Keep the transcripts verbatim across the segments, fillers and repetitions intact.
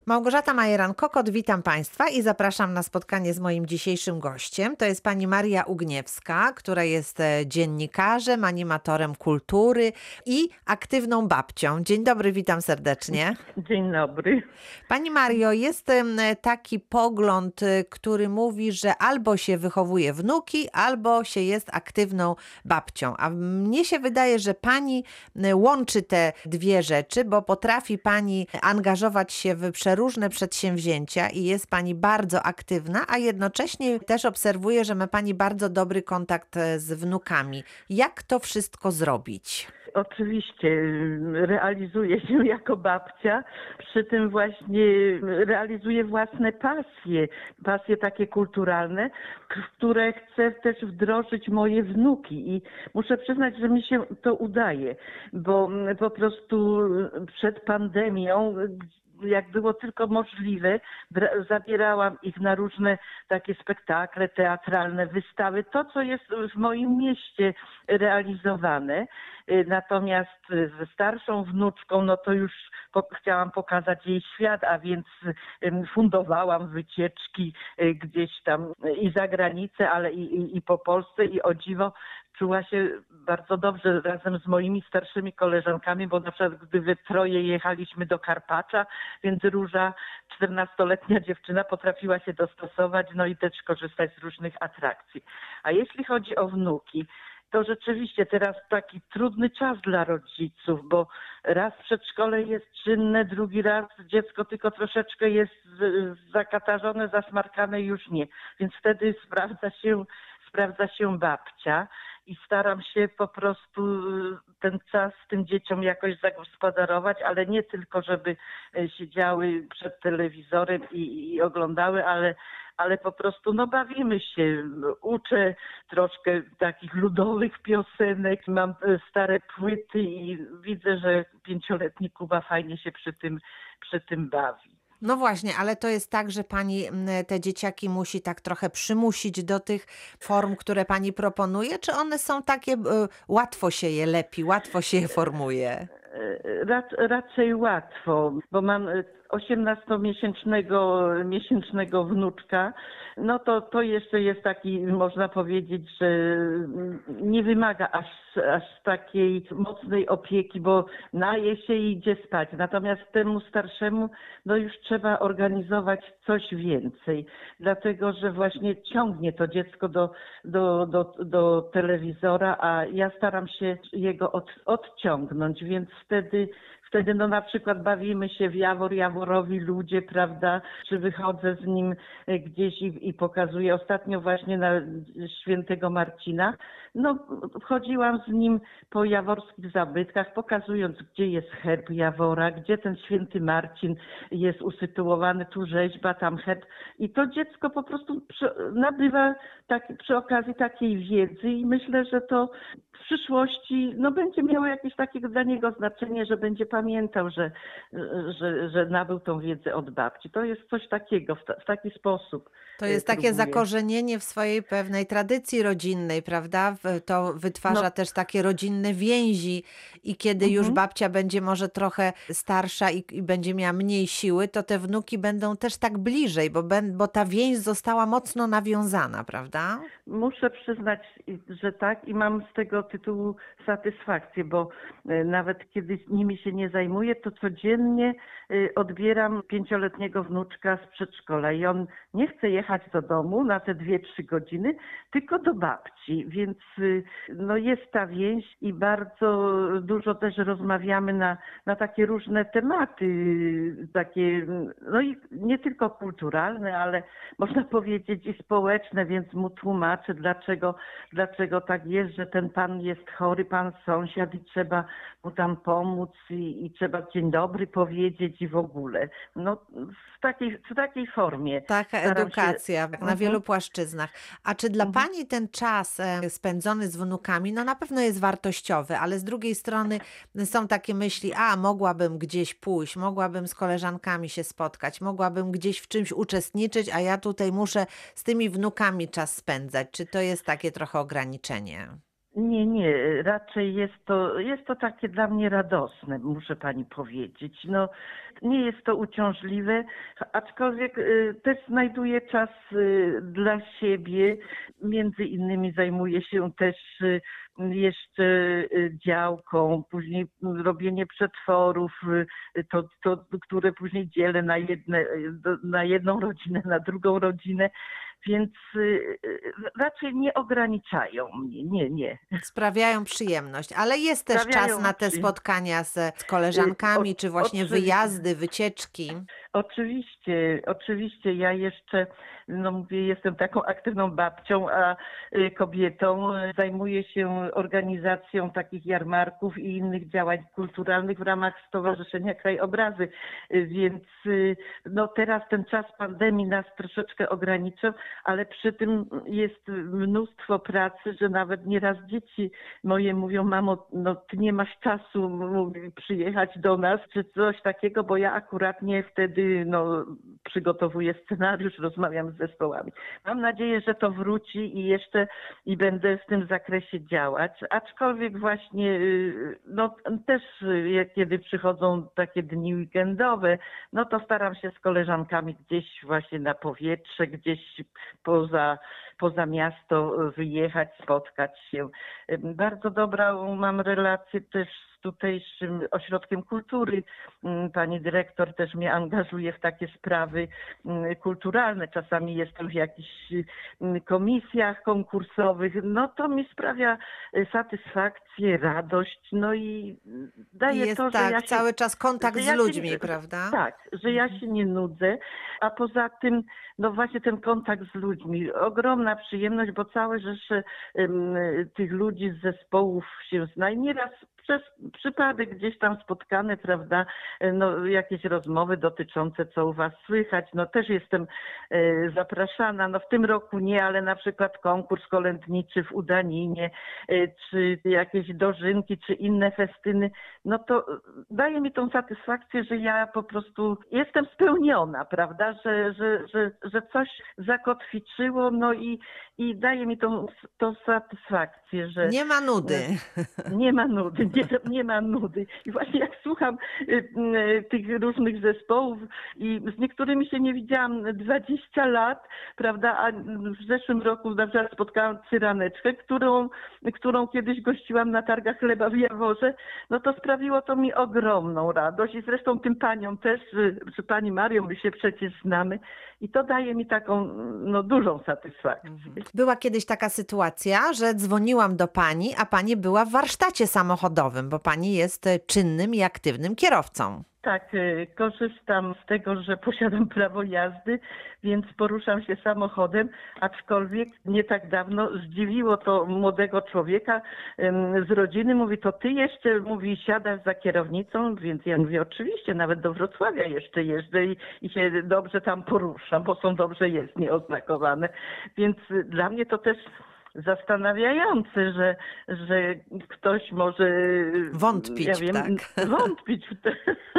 Małgorzata Majeran-Kokot, witam Państwa i zapraszam na spotkanie z moim dzisiejszym gościem. To jest pani Maria Ugniewska, która jest dziennikarzem, animatorem kultury i aktywną babcią. Dzień dobry, witam serdecznie. Dzień dobry. Pani Mario, jest taki pogląd, który mówi, że albo się wychowuje wnuki, albo się jest aktywną babcią. A mnie się wydaje, że pani łączy te dwie rzeczy, bo potrafi pani angażować się w przeróżne przedsięwzięcia i jest pani bardzo aktywna, a jednocześnie też obserwuję, że ma pani bardzo dobry kontakt z wnukami. Jak to wszystko zrobić? Oczywiście realizuję się jako babcia, przy tym właśnie realizuję własne pasje, pasje takie kulturalne, w które chcę też wdrożyć moje wnuki i muszę przyznać, że mi się to udaje, bo po prostu przed pandemią, jak było tylko możliwe, zabierałam ich na różne takie spektakle teatralne, wystawy, to co jest w moim mieście realizowane. Natomiast ze starszą wnuczką, no to już chciałam pokazać jej świat, a więc fundowałam wycieczki gdzieś tam i za granicę, ale i, i, i po Polsce i o dziwo czuła się bardzo dobrze razem z moimi starszymi koleżankami, bo na przykład gdy we troje jechaliśmy do Karpacza, więc Róża, czternastoletnia dziewczyna, potrafiła się dostosować, no i też korzystać z różnych atrakcji. A jeśli chodzi o wnuki, to rzeczywiście teraz taki trudny czas dla rodziców, bo raz przedszkole jest czynne, drugi raz dziecko tylko troszeczkę jest zakatarzone, zasmarkane, już nie. Więc wtedy sprawdza się, sprawdza się babcia i staram się po prostu ten czas tym dzieciom jakoś zagospodarować, ale nie tylko, żeby siedziały przed telewizorem i, i oglądały, ale ale po prostu no bawimy się. Uczę troszkę takich ludowych piosenek, mam stare płyty i widzę, że pięcioletni Kuba fajnie się przy tym, przy tym bawi. No właśnie, ale to jest tak, że pani te dzieciaki musi tak trochę przymusić do tych form, które pani proponuje, czy one są takie, łatwo się je lepi, łatwo się je formuje? Rac, raczej łatwo, bo mam osiemnastomiesięcznego miesięcznego wnuczka, no to, to jeszcze jest taki, można powiedzieć, że nie wymaga aż, aż takiej mocnej opieki, bo naje się i idzie spać. Natomiast temu starszemu no już trzeba organizować coś więcej, dlatego że właśnie ciągnie to dziecko do, do, do, do telewizora, a ja staram się jego od, odciągnąć, więc wtedy Wtedy no na przykład bawimy się w Jawor, Jaworowi ludzie, prawda, czy wychodzę z nim gdzieś i, i pokazuję. Ostatnio właśnie na świętego Marcina, no chodziłam z nim po jaworskich zabytkach, pokazując, gdzie jest herb Jawora, gdzie ten święty Marcin jest usytuowany, tu rzeźba, tam herb. I to dziecko po prostu przy, nabywa tak, przy okazji takiej wiedzy i myślę, że to w przyszłości no, będzie miało jakieś takiego dla niego znaczenie, że będzie pamiętał, że, że, że nabył tą wiedzę od babci. To jest coś takiego, w, ta, w taki sposób. To jest takie próbuję. zakorzenienie w swojej pewnej tradycji rodzinnej, prawda? To wytwarza no. też takie rodzinne więzi i kiedy mhm. już babcia będzie może trochę starsza i, i będzie miała mniej siły, to te wnuki będą też tak bliżej, bo, bo ta więź została mocno nawiązana, prawda? Muszę przyznać, że tak i mam z tego tytułu satysfakcję, bo nawet kiedy nimi się nie zajmuję, to codziennie odbieram pięcioletniego wnuczka z przedszkola i on nie chce jechać do domu na te dwie, trzy godziny, tylko do babci, więc no jest ta więź i bardzo dużo też rozmawiamy na, na takie różne tematy, takie, no i nie tylko kulturalne, ale można powiedzieć i społeczne, więc mu tłumaczę, dlaczego, dlaczego tak jest, że ten pan jest chory, pan sąsiad i trzeba mu tam pomóc i, i trzeba dzień dobry powiedzieć i w ogóle. No w takiej, w takiej formie. Taka edukacja się... na mhm. wielu płaszczyznach. A czy dla mhm. pani ten czas spędzony z wnukami, no na pewno jest wartościowy, ale z drugiej strony są takie myśli, a mogłabym gdzieś pójść, mogłabym z koleżankami się spotkać, mogłabym gdzieś w czymś uczestniczyć, a ja tutaj muszę z tymi wnukami czas spędzać. Czy to jest takie trochę ograniczenie? Nie, nie, raczej jest to, jest to takie dla mnie radosne, muszę pani powiedzieć. No nie jest to uciążliwe, aczkolwiek y, też znajduję czas y, dla siebie. Między innymi zajmuję się też y, jeszcze y, działką, później robienie przetworów, y, to, to, które później dzielę na, jedne, na jedną rodzinę, na drugą rodzinę, więc y, y, raczej nie ograniczają mnie, nie, nie. Sprawiają przyjemność, ale jest też czas Sprawiają na te przyjemność. spotkania ze, z Y, o, koleżankami, czy właśnie oczywiście. wyjazdy, wycieczki. Oczywiście, oczywiście. Ja jeszcze, no mówię, jestem taką aktywną babcią, a y, kobietą. Zajmuję się organizacją takich jarmarków i innych działań kulturalnych w ramach Stowarzyszenia Krajobrazy. Y, Więc y, no teraz ten czas pandemii nas troszeczkę ograniczył, ale przy tym jest mnóstwo pracy, że nawet nieraz dzieci moje mówią: mamo, no ty nie masz czasu, mówi, przyjechać do nas, czy coś takiego, bo ja akurat nie wtedy no, przygotowuję scenariusz, rozmawiam z zespołami. Mam nadzieję, że to wróci i jeszcze i będę w tym zakresie działać, aczkolwiek właśnie y, no też y, kiedy przychodzą takie dni weekendowe, no to staram się z koleżankami gdzieś właśnie na powietrze, gdzieś poza, poza miasto wyjechać, spotkać się. Y, Bardzo dobrą mam relację też z tutejszym ośrodkiem kultury. Pani dyrektor też mnie angażuje w takie sprawy kulturalne. Czasami jestem w jakichś komisjach konkursowych. No to mi sprawia satysfakcję, radość. No i daje Jest to, że tak, ja się, cały czas kontakt że z ja się ludźmi, nie, prawda? tak, że ja się nie nudzę, a poza tym, no właśnie ten kontakt z ludźmi, ogromna przyjemność, bo całe rzesze um, tych ludzi z zespołów się zna i nieraz przez przypadek gdzieś tam spotkane, prawda, no jakieś rozmowy dotyczące, co u was słychać, no też jestem e, zapraszana, no w tym roku nie, ale na przykład konkurs kolędniczy w Udaninie, e, czy jakieś dożynki, czy inne festyny, no to daje mi tą satysfakcję, że ja po prostu jestem spełniona, prawda, że, że, że, że coś zakotwiczyło, no i, i daje mi tą, tą satysfakcję, że Nie ma nudy. nie ma nudy, nie, nie ma nudy. I właśnie jak słucham y, y, tych różnych zespołów i z niektórymi się nie widziałam dwadzieścia lat, prawda, a w zeszłym roku na przykład spotkałam Cyraneczkę, którą, którą kiedyś gościłam na targach chleba w Jaworze, no to sprawiło to mi ogromną radość i zresztą tym paniom też, czy pani Marią, my się przecież znamy i to daje mi taką no, dużą satysfakcję. Była kiedyś taka sytuacja, że dzwoniłam do pani, a pani była w warsztacie samochodowym, bo pani jest e, czynnym i aktywnym kierowcą. Tak, y, korzystam z tego, że posiadam prawo jazdy, więc poruszam się samochodem, aczkolwiek nie tak dawno zdziwiło to młodego człowieka ym, z rodziny. Mówi: to ty jeszcze, mówi, siadasz za kierownicą? Więc ja mówię: oczywiście, nawet do Wrocławia jeszcze jeżdżę i, i się dobrze tam poruszam, bo są dobrze jezdnie oznakowane. Więc y, dla mnie to też zastanawiające, że, że ktoś może Wątpić, ja wiem, tak. wątpić w te...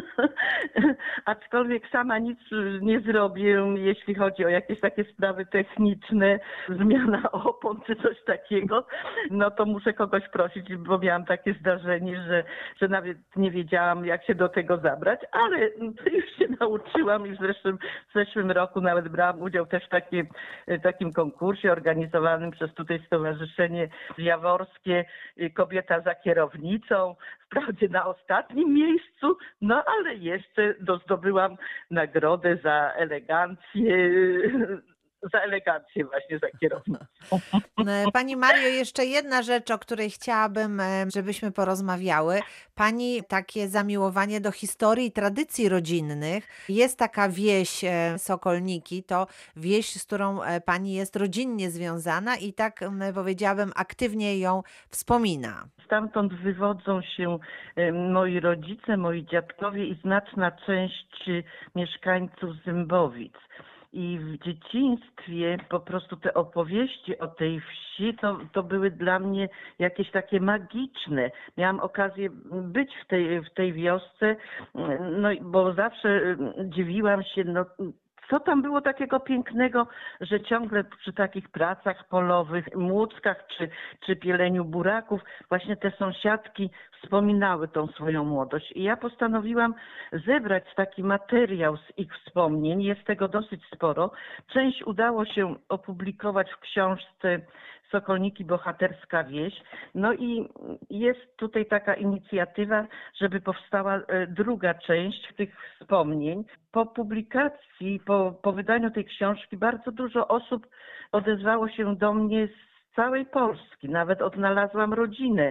Aczkolwiek sama nic nie zrobię, jeśli chodzi o jakieś takie sprawy techniczne, zmiana opon czy coś takiego, no to muszę kogoś prosić, bo miałam takie zdarzenie, że, że nawet nie wiedziałam, jak się do tego zabrać, ale już się nauczyłam i w zeszłym, w zeszłym roku nawet brałam udział też w takim, takim konkursie organizowanym przez tutaj Stowarzyszenie Jaworskie Kobieta za kierownicą. Wprawdzie na ostatnim miejscu, no ale jeszcze zdobyłam nagrodę za elegancję, za elegancję właśnie za kierownicą. Pani Mario, jeszcze jedna rzecz, o której chciałabym, e, żebyśmy porozmawiały. Pani takie zamiłowanie do historii i tradycji rodzinnych. Jest taka wieś e, Sokolniki, to wieś, z którą e, pani jest rodzinnie związana i tak m, powiedziałabym, aktywnie ją wspomina. Stamtąd wywodzą się e, moi rodzice, moi dziadkowie i znaczna część mieszkańców Zymbowic. I w dzieciństwie po prostu te opowieści o tej wsi to, to były dla mnie jakieś takie magiczne. Miałam okazję być w tej, w tej wiosce, no bo zawsze dziwiłam się, no Co tam było takiego pięknego, że ciągle przy takich pracach polowych, młódzkach czy, czy pieleniu buraków, właśnie te sąsiadki wspominały tą swoją młodość. I ja postanowiłam zebrać taki materiał z ich wspomnień. Jest tego dosyć sporo. Część udało się opublikować w książce Sokolniki Bohaterska Wieś. No i jest tutaj taka inicjatywa, żeby powstała druga część tych wspomnień. Po publikacji, po, po wydaniu tej książki bardzo dużo osób odezwało się do mnie z całej Polski. Nawet odnalazłam rodzinę.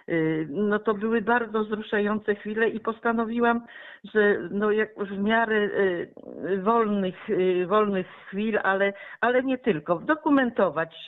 No to były bardzo wzruszające chwile i postanowiłam, że no jak w miarę wolnych, wolnych chwil, ale, ale nie tylko, dokumentować,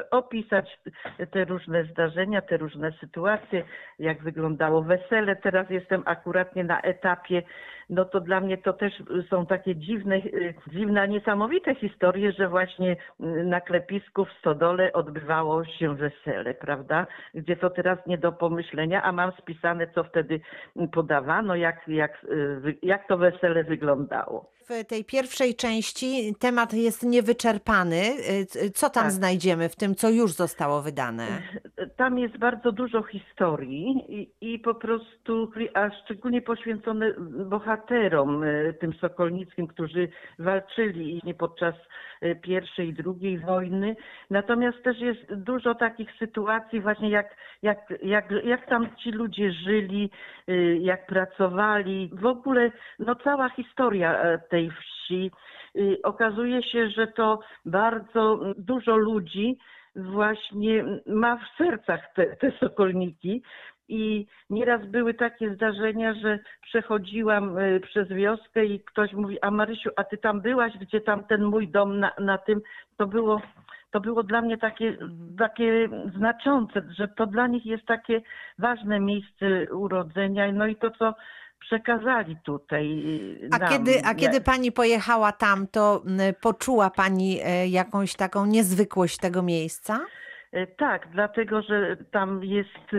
opisać te różne zdarzenia, te różne sytuacje, jak wyglądało wesele. Teraz jestem akurat na etapie, no to dla mnie to też są takie dziwne, dziwne, niesamowite historie, że właśnie na klepisku w Stodole odbywało się wesele, prawda? Gdzie to teraz nie do pomyślenia, a mam spisane, co wtedy podawano, jak, jak, jak to wesele wyglądało. W tej pierwszej części temat jest niewyczerpany. Co tam Tak. znajdziemy w tym, co już zostało wydane? Tam jest bardzo dużo historii i, i po prostu, a szczególnie poświęcone bohaterom tym sokolnickim, którzy walczyli nie podczas pierwszej i drugiej wojny. Natomiast też jest dużo takich sytuacji właśnie jak, jak, jak, jak tam ci ludzie żyli, jak pracowali. W ogóle no cała historia tej wsi. Okazuje się, że to bardzo dużo ludzi właśnie ma w sercach te, te sokolniki. I nieraz były takie zdarzenia, że przechodziłam przez wioskę i ktoś mówi: a Marysiu, a ty tam byłaś, gdzie tam ten mój dom na, na tym, to było, to było dla mnie takie, takie znaczące, że to dla nich jest takie ważne miejsce urodzenia. No i to, co przekazali tutaj A nam. kiedy, a kiedy pani pojechała tam, to poczuła pani jakąś taką niezwykłość tego miejsca? Tak, dlatego że tam jest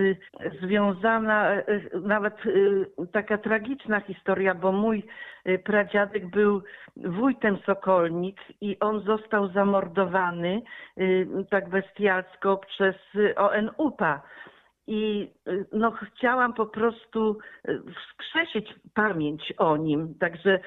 związana nawet taka tragiczna historia, bo mój pradziadek był wójtem Sokolnik i on został zamordowany tak bestialsko przez O N U P A. I no, chciałam po prostu wskrzesić pamięć o nim. Także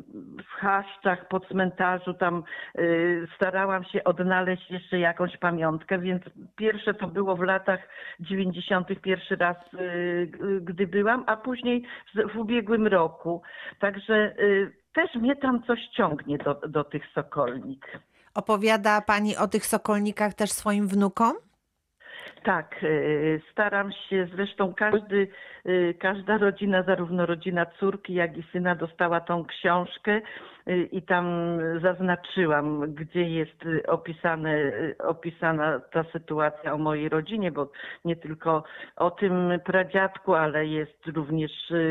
w Chaszczach, po cmentarzu tam y, starałam się odnaleźć jeszcze jakąś pamiątkę, więc pierwsze to było w latach dziewięćdziesiątych pierwszy raz, y, gdy byłam, a później w ubiegłym roku. Także y, też mnie tam coś ciągnie do, do tych sokolnik. Opowiada pani o tych sokolnikach też swoim wnukom? Tak, staram się, zresztą każdy, każda rodzina, zarówno rodzina córki, jak i syna dostała tą książkę i tam zaznaczyłam, gdzie jest opisane, opisana ta sytuacja o mojej rodzinie, bo nie tylko o tym pradziadku, ale jest również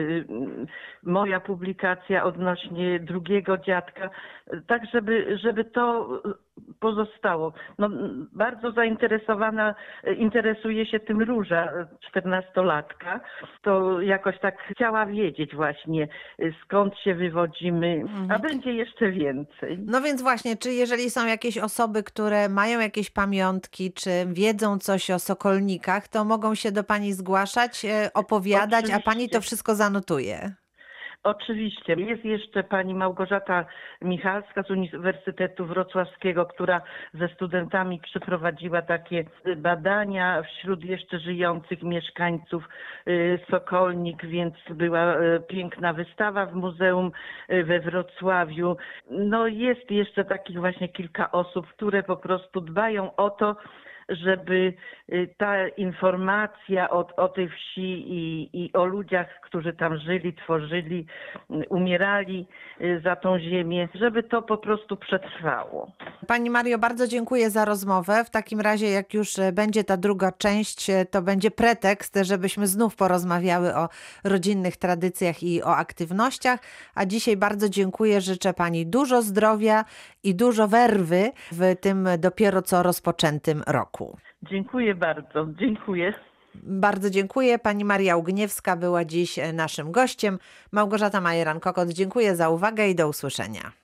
moja publikacja odnośnie drugiego dziadka, tak żeby, żeby to pozostało. No, bardzo zainteresowana, interesuje się tym Róża, czternastolatka. To jakoś tak chciała wiedzieć właśnie, skąd się wywodzimy, a będzie jeszcze więcej. No więc właśnie, czy jeżeli są jakieś osoby, które mają jakieś pamiątki, czy wiedzą coś o sokolnikach, to mogą się do pani zgłaszać, opowiadać, Oczywiście. A pani to wszystko zanotuje? Oczywiście. Jest jeszcze pani Małgorzata Michalska z Uniwersytetu Wrocławskiego, która ze studentami przeprowadziła takie badania wśród jeszcze żyjących mieszkańców Sokolnik, więc była piękna wystawa w muzeum we Wrocławiu. No jest jeszcze takich właśnie kilka osób, które po prostu dbają o to, żeby ta informacja o, o tej wsi i, i o ludziach, którzy tam żyli, tworzyli, umierali za tą ziemię, żeby to po prostu przetrwało. Pani Mario, bardzo dziękuję za rozmowę. W takim razie, jak już będzie ta druga część, to będzie pretekst, żebyśmy znów porozmawiały o rodzinnych tradycjach i o aktywnościach. A dzisiaj bardzo dziękuję. Życzę pani dużo zdrowia i dużo werwy w tym dopiero co rozpoczętym roku. Dziękuję bardzo. Dziękuję. Bardzo dziękuję. Pani Maria Ugniewska była dziś naszym gościem. Małgorzata Majeran-Kokot, dziękuję za uwagę i do usłyszenia.